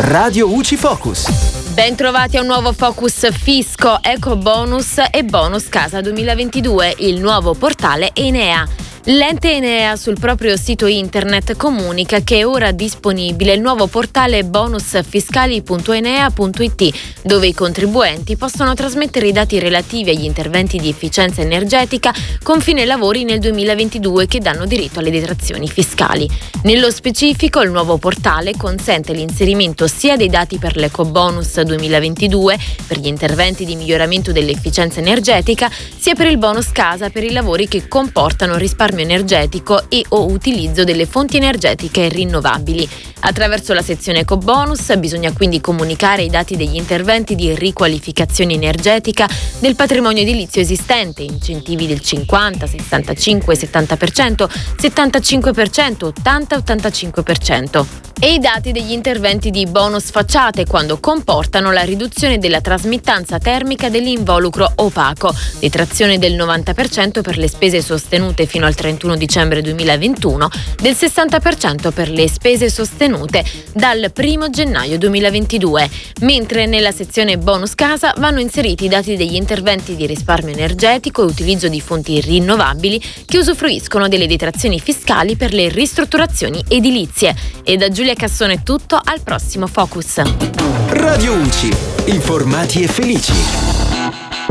Radio UCI Focus. Bentrovati a un nuovo Focus Fisco, Eco Bonus e Bonus Casa 2022, il nuovo portale Enea. L'ente Enea sul proprio sito internet comunica che è ora disponibile il nuovo portale bonusfiscali.enea.it, dove i contribuenti possono trasmettere i dati relativi agli interventi di efficienza energetica con fine lavori nel 2022 che danno diritto alle detrazioni fiscali. Nello specifico, il nuovo portale consente l'inserimento sia dei dati per l'Eco Bonus 2022 per gli interventi di miglioramento dell'efficienza energetica, sia per il bonus casa per i lavori che comportano risparmio energetico e o utilizzo delle fonti energetiche rinnovabili. Attraverso la sezione Eco Bonus bisogna quindi comunicare i dati degli interventi di riqualificazione energetica del patrimonio edilizio esistente, incentivi del 50, 65, 70%, 75%, 80 e 85%. E i dati degli interventi di bonus facciate quando comportano la riduzione della trasmittanza termica dell'involucro opaco, detrazione del 90% per le spese sostenute fino al 31 dicembre 2021, del 60% per le spese sostenute dal 1 gennaio 2022, mentre nella sezione bonus casa vanno inseriti i dati degli interventi di risparmio energetico e utilizzo di fonti rinnovabili che usufruiscono delle detrazioni fiscali per le ristrutturazioni edilizie. E da Giulia Cassone è tutto, al prossimo Focus. Radio UCI, informati e felici.